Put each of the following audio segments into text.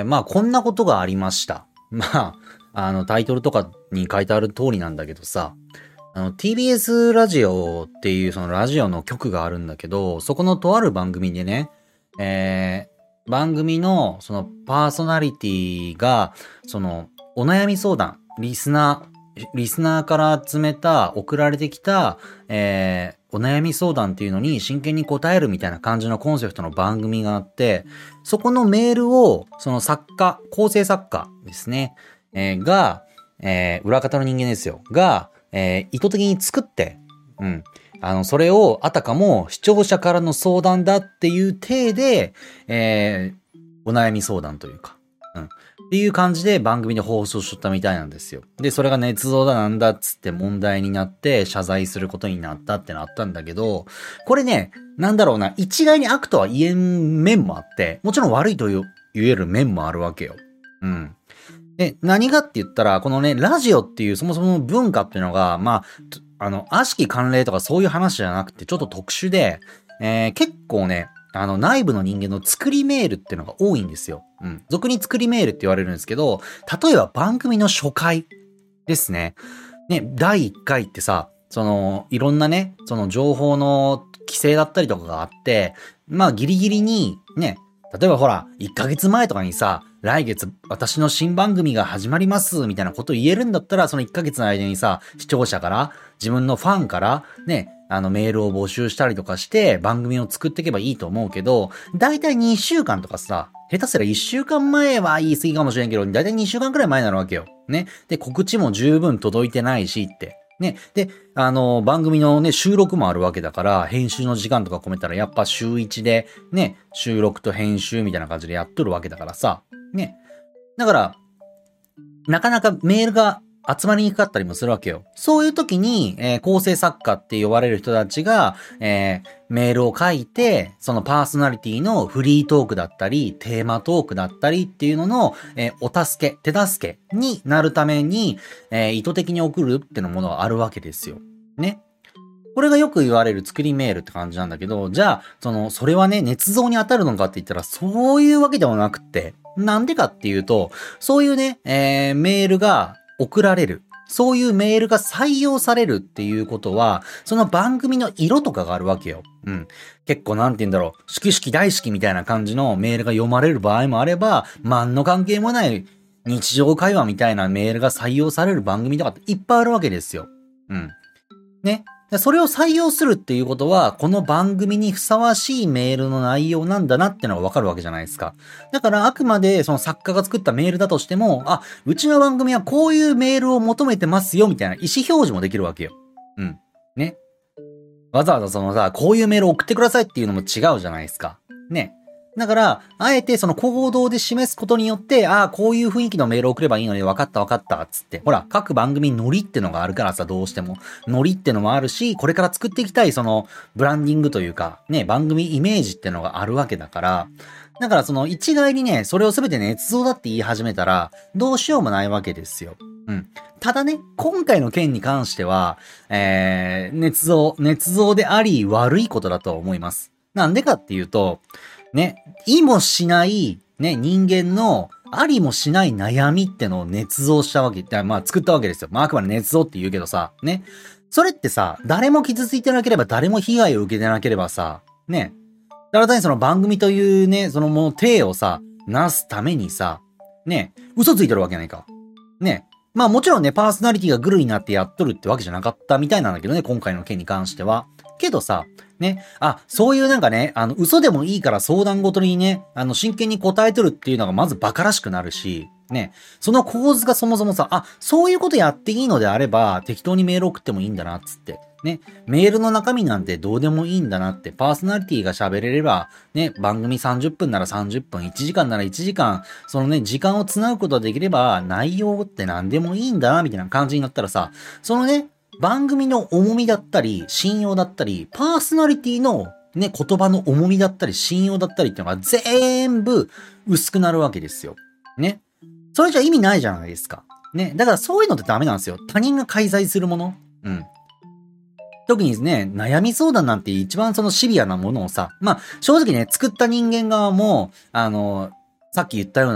まあこんなことがありました。まあ、タイトルとかに書いてある通りなんだけどさ、TBS ラジオっていうそのラジオの局があるんだけど、そこのとある番組でね、番組のそのパーソナリティが、そのお悩み相談、リスナーから集めた、送られてきた、お悩み相談っていうのに真剣に答えるみたいな感じのコンセプトの番組があって、そこのメールを、その構成作家ですね、が、裏方の人間ですよ。が、意図的に作って、それをあたかも視聴者からの相談だっていう体で、お悩み相談というか、っていう感じで番組で放送しとったみたいなんですよ。で、それが捏造だなんだっつって問題になって謝罪することになったってなったんだけど、これね、なんだろうな、一概に悪とは言えん面もあって、もちろん悪いと言える面もあるわけよ。で、何がって言ったら、このね、ラジオっていうそもそもの文化っていうのが、まあ、悪しき慣例とかそういう話じゃなくて、ちょっと特殊で、結構ね、内部の人間の作りメールっていうのが多いんですよ。俗に作りメールって言われるんですけど、例えば番組の初回ですね。ね、第1回ってさ、いろんなね、その情報の規制だったりとかがあって、まあギリギリにね、例えばほら、1ヶ月前とかにさ、来月私の新番組が始まりますみたいなことを言えるんだったら、その1ヶ月の間にさ、視聴者から、自分のファンから、ね、メールを募集したりとかして番組を作っていけばいいと思うけど、だいたい2週間とかさ、下手すら1週間前は言い過ぎかもしれんけど、だいたい2週間くらい前になるわけよ。ね。で、告知も十分届いてないしって。ね。で、番組のね、収録もあるわけだから、編集の時間とか込めたらやっぱ週1で、ね、収録と編集みたいな感じでやっとるわけだからさ。ね。だから、なかなかメールが集まりにくかったりもするわけよ。そういう時に、構成作家って呼ばれる人たちが、メールを書いて、そのパーソナリティのフリートークだったり、テーマトークだったりっていうのの、手助けになるために、意図的に送るっていうものがあるわけですよ。ね。これがよく言われる作りメールって感じなんだけど、じゃあ、それはね、捏造に当たるのかって言ったら、そういうわけでもなくって、なんでかっていうと、そういうね、メールが送られる。そういうメールが採用されるっていうことは、その番組の色とかがあるわけよ。結構なんて言うんだろう、好き大好きみたいな感じのメールが読まれる場合もあれば、何の関係もない日常会話みたいなメールが採用される番組とかっていっぱいあるわけですよ。ね。それを採用するっていうことは、この番組にふさわしいメールの内容なんだなってのがわかるわけじゃないですか。だからあくまでその作家が作ったメールだとしても、うちの番組はこういうメールを求めてますよみたいな意思表示もできるわけよ。ね。わざわざそのさ、こういうメールを送ってくださいっていうのも違うじゃないですか。ね。だから、あえてその行動で示すことによって、こういう雰囲気のメールを送ればいいのに分かったつって。ほら、各番組ノリってのがあるからさ、どうしても。ノリってのもあるし、これから作っていきたいその、ブランディングというか、ね、番組イメージってのがあるわけだから、だからその一概にね、それをすべて捏造だって言い始めたら、どうしようもないわけですよ。ただね、今回の件に関しては、捏造であり悪いことだと思います。なんでかっていうと、ね、意もしない、ね、人間のありもしない悩みってのを捏造したわけ、作ったわけですよ。あくまで捏造って言うけどさ、ね。それってさ、誰も傷ついてなければ、誰も被害を受けてなければさ、ね。新たにその番組というね、そのもう体をさ、なすためにさ、ね、嘘ついてるわけやないか。ね。もちろんね、パーソナリティがグルになってやっとるってわけじゃなかったみたいなんだけどね、今回の件に関しては。けどさ、ね、そういうなんかね、嘘でもいいから相談ごとにね、真剣に答えとるっていうのがまず馬鹿らしくなるし、ね、その構図がそもそもさ、そういうことやっていいのであれば、適当にメール送ってもいいんだな、つって。ね、メールの中身なんてどうでもいいんだなって、パーソナリティが喋れれば、ね、番組30分なら30分、1時間なら1時間、そのね、時間を繋ぐことができれば、内容って何でもいいんだな、みたいな感じになったらさ、そのね、番組の重みだったり、信用だったり、パーソナリティのね、言葉の重みだったり、信用だったりっていうのが全部薄くなるわけですよ。ね。それじゃ意味ないじゃないですか。ね。だからそういうのってダメなんですよ。他人が開催するもの。特にね、悩み相談なんて一番そのシビアなものをさ、正直ね、作った人間側も、さっき言ったような、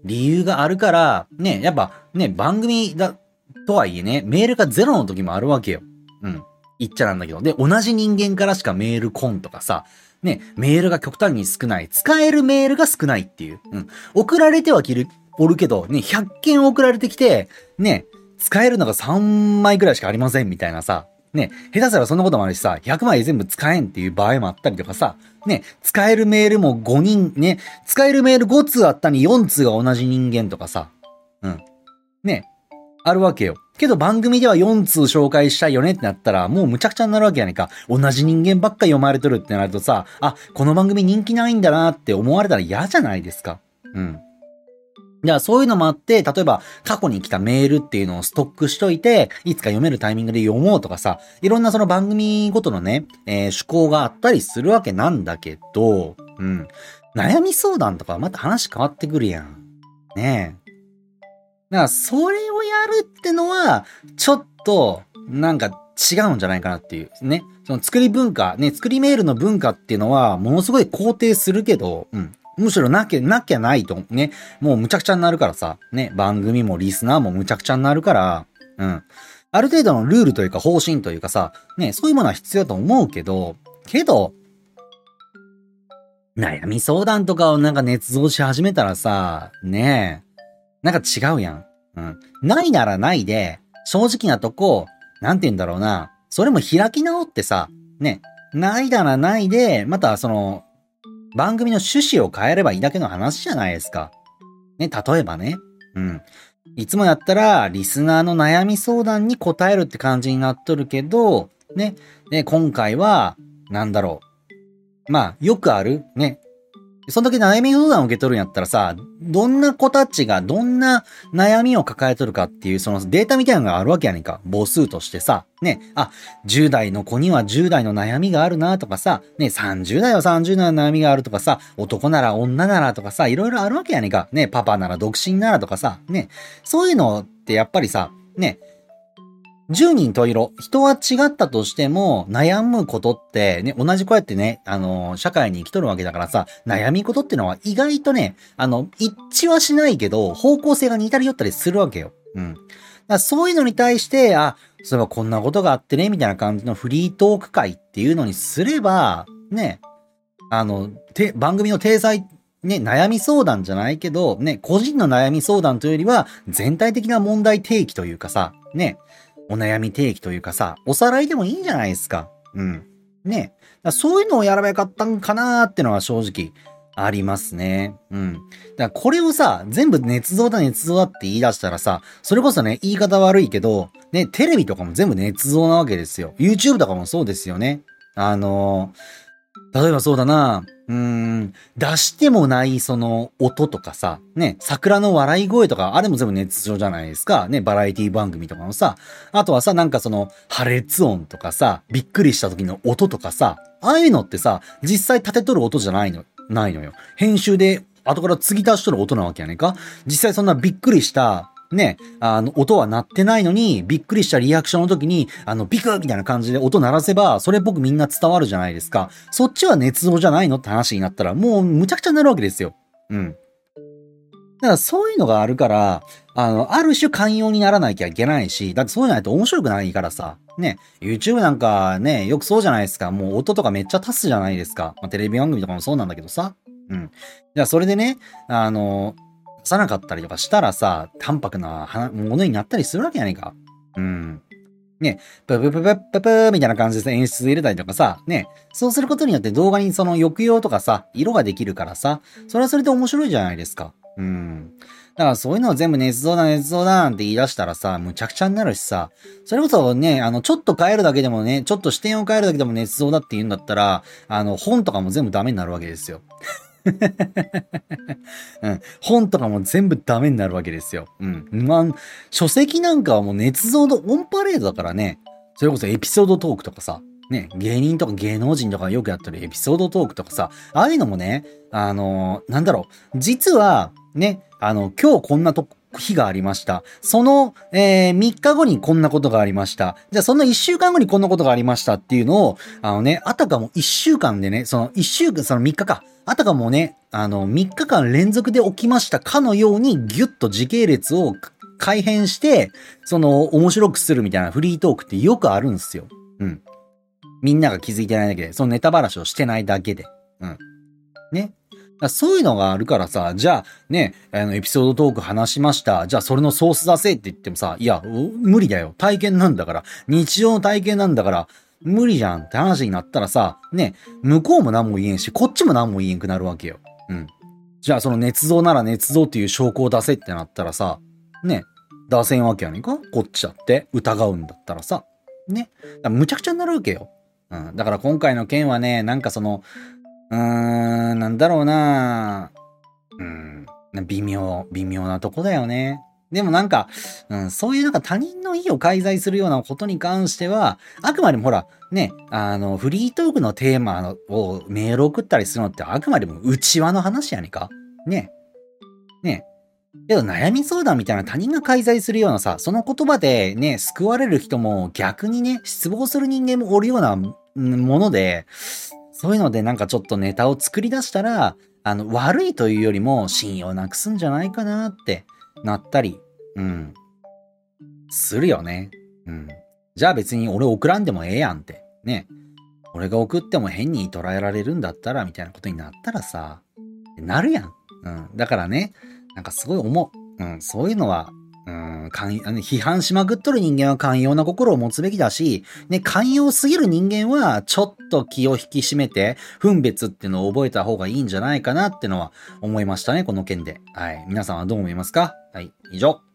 理由があるから、ね、やっぱね、番組だ、とはいえね、メールがゼロの時もあるわけよ。うん。言っちゃなんだけど。で、同じ人間からしかメール来んとかさ、ね、メールが極端に少ない。使えるメールが少ないっていう。うん。送られてはおるけど、ね、100件送られてきて、ね、使えるのが3枚くらいしかありませんみたいなさ、ね、下手したらそんなこともあるしさ、100枚全部使えんっていう場合もあったりとかさ、ね、使えるメールも5人、ね、使えるメール5通あったに4通が同じ人間とかさ、うん。ね、あるわけよ。けど番組では4通紹介したいよねってなったら、もうむちゃくちゃになるわけやねんか。同じ人間ばっか読まれとるってなるとさ、あ、この番組人気ないんだなって思われたら嫌じゃないですか。うん。じゃあそういうのもあって、例えば過去に来たメールっていうのをストックしといて、いつか読めるタイミングで読もうとかさ、いろんなその番組ごとのね、趣向があったりするわけなんだけど、うん。悩み相談とかはまた話変わってくるやん。ねえ。だからそれをやるってのは、ちょっと、なんか違うんじゃないかなっていう。ね。その作り文化、ね、作りメールの文化っていうのは、ものすごい肯定するけど、うん。むしろなきゃないと、ね。もうむちゃくちゃになるからさ、ね。番組もリスナーもむちゃくちゃになるから、うん。ある程度のルールというか方針というかさ、ね、そういうものは必要だと思うけど、悩み相談とかをなんか捏造し始めたらさ、ねなんか違うやん。うん。ないならないで、正直なとこ、なんて言うんだろうな。それも開き直ってさ、ね。ないならないで、またその、番組の趣旨を変えればいいだけの話じゃないですか。ね、例えばね。うん。いつもやったら、リスナーの悩み相談に答えるって感じになっとるけど、ね。で、今回は、なんだろう。まあ、よくある、ね。その時悩み相談を受け取るんやったらさ、どんな子たちがどんな悩みを抱えとるかっていうそのデータみたいなのがあるわけやねんか。母数としてさ。ね。あ、10代の子には10代の悩みがあるなとかさ。ね、30代は30代の悩みがあるとかさ。男なら女ならとかさ。いろいろあるわけやねんか。ね、パパなら独身ならとかさ。ね。そういうのってやっぱりさ、ね、10人十色。人は違ったとしても、悩むことってね、同じこうやってね、社会に生きとるわけだからさ、悩み事ってのは意外とね、一致はしないけど、方向性が似たり寄ったりするわけよ。うん。だからそういうのに対して、あ、そういえばこんなことがあってね、みたいな感じのフリートーク会っていうのにすれば、ね、番組の体裁、ね、悩み相談じゃないけど、ね、個人の悩み相談というよりは、全体的な問題提起というかさ、ね、お悩み提起というかさ、おさらいでもいいんじゃないですか。うん。ね。そういうのをやればよかったんかなーってのは正直ありますね。うん。だからこれをさ、全部捏造だって言い出したらさ、それこそね、言い方悪いけど、ね、テレビとかも全部捏造なわけですよ。YouTube とかもそうですよね。例えばそうだな、出してもないその音とかさ、ね、桜の笑い声とか、あれも全部捏造じゃないですか。ね、バラエティ番組とかのさ、あとはさ、なんかその破裂音とかさ、びっくりした時の音とかさ、ああいうのってさ、実際立てとる音じゃないのよ。編集で後から継ぎ足しとる音なわけやねんか。実際そんなびっくりした、ね、音は鳴ってないのに、びっくりしたリアクションの時に、ビクッみたいな感じで音鳴らせば、それっぽくみんな伝わるじゃないですか。そっちは捏造じゃないのって話になったら、もうむちゃくちゃになるわけですよ。うん。だからそういうのがあるから、ある種寛容にならなきゃいけないし、だってそういうのないと面白くないからさ。ね、YouTube なんかね、よくそうじゃないですか。もう音とかめっちゃ足すじゃないですか。まあ、テレビ番組とかもそうなんだけどさ。うん。じゃあそれでね、さなかったりとかしたらさ、淡白なものになったりするわけやねんか。うん。ね、ププププププーみたいな感じで演出入れたりとかさ、ね、そうすることによって動画にその抑揚とかさ、色ができるからさ、それはそれで面白いじゃないですか。うん。だからそういうのを全部捏造だなんて言い出したらさ、むちゃくちゃになるしさ、それこそね、ちょっと変えるだけでもね、ちょっと視点を変えるだけでも捏造だって言うんだったら、本とかも全部ダメになるわけですよ。うん。本とかも全部ダメになるわけですよ。うん。まあ、書籍なんかはもう捏造のオンパレードだからね。それこそエピソードトークとかさ、ね、芸人とか芸能人とかよくやってるエピソードトークとかさ、ああいうのもね、なんだろう、実は、ね、今日こんなこ日がありました。その、3日後にこんなことがありました。じゃあその1週間後にこんなことがありましたっていうのを、あたかも1週間でね、その3日か。あたかもね、3日間連続で起きましたかのようにギュッと時系列を改変して、面白くするみたいなフリートークってよくあるんですよ。うん。みんなが気づいてないだけで、そのネタばらしをしてないだけで。うん。ね。そういうのがあるからさ、じゃあね、エピソードトーク話しました。じゃあそれのソース出せって言ってもさ、いや、無理だよ。体験なんだから。日常の体験なんだから、無理じゃんって話になったらさ、ね、向こうも何も言えんし、こっちも何も言えんくなるわけよ。うん。じゃあその捏造なら捏造っていう証拠を出せってなったらさ、ね、出せんわけやねんかこっちだって疑うんだったらさ、ね。むちゃくちゃになるわけよ。うん。だから今回の件はね、なんかなんだろうな微妙なとこだよね。でもなんか、そういうなんか他人の意を介在するようなことに関しては、あくまでもほら、ね、フリートークのテーマをメール送ったりするのってあくまでも内輪の話やねんか。ね。ね。けど悩み相談みたいな他人が介在するようなさ、その言葉でね、救われる人も逆にね、失望する人間もおるようなもので、そういうのでなんかちょっとネタを作り出したら、悪いというよりも信用なくすんじゃないかなってなったり、するよね。じゃあ別に俺送らんでもええやんって。ね。俺が送っても変に捉えられるんだったら、みたいなことになったらさ、なるやん。だからね、なんかすごい思う。そういうのは、批判しまくっとる人間は寛容な心を持つべきだし、ね、寛容すぎる人間は、ちょっと気を引き締めて、分別っていうのを覚えた方がいいんじゃないかなってのは思いましたね、この件で。はい。皆さんはどう思いますか？はい。以上。